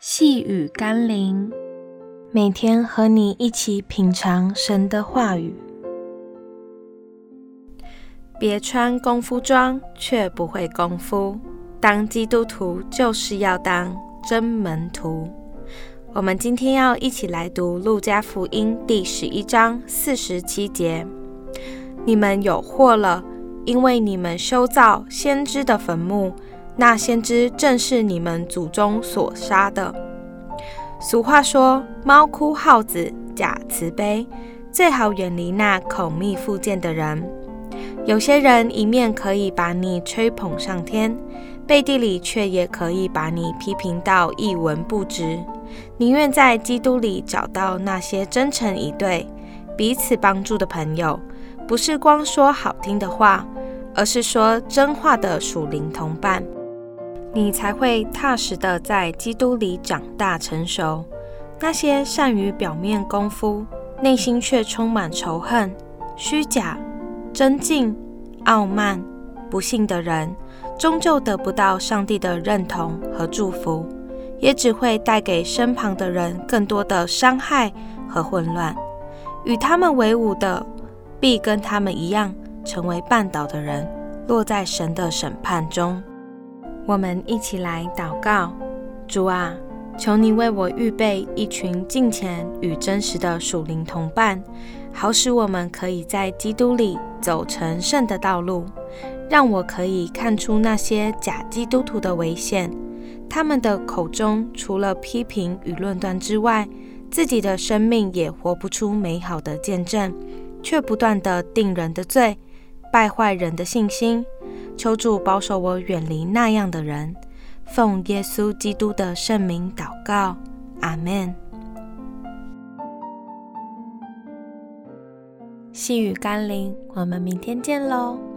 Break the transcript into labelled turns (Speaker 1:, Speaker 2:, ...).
Speaker 1: 细雨甘霖，每天和你一起品尝神的话语。别穿功夫装，却不会功夫。当基督徒就是要当真门徒。我们今天要一起来读路加福音第11章47节。你们有祸了，因为你们修造先知的坟墓，那先知正是你们祖宗所杀的。俗话说，猫哭耗子假慈悲，最好远离那口蜜腹剑的人。有些人一面可以把你吹捧上天，背地里却也可以把你批评到一文不值。宁愿在基督里找到那些真诚以对、彼此帮助的朋友，不是光说好听的话，而是说真话的属灵同伴，你才会踏实的在基督里长大成熟。那些善于表面功夫，内心却充满仇恨、虚假、争竞、傲慢、不信的人，终究得不到上帝的认同和祝福，也只会带给身旁的人更多的伤害和混乱。与他们为伍的，必跟他们一样，成为绊倒的人，落在神的审判中。我们一起来祷告。主啊，求你为我预备一群敬虔与真实的属灵同伴，好使我们可以在基督里走成圣的道路，让我可以看出那些假基督徒的危险。他们的口中除了批评与论断之外，自己的生命也活不出美好的见证，却不断地定人的罪，败坏人的信心。求主保守我远离那样的人，奉耶稣基督的圣名祷告，阿们。细雨甘霖，我们明天见咯。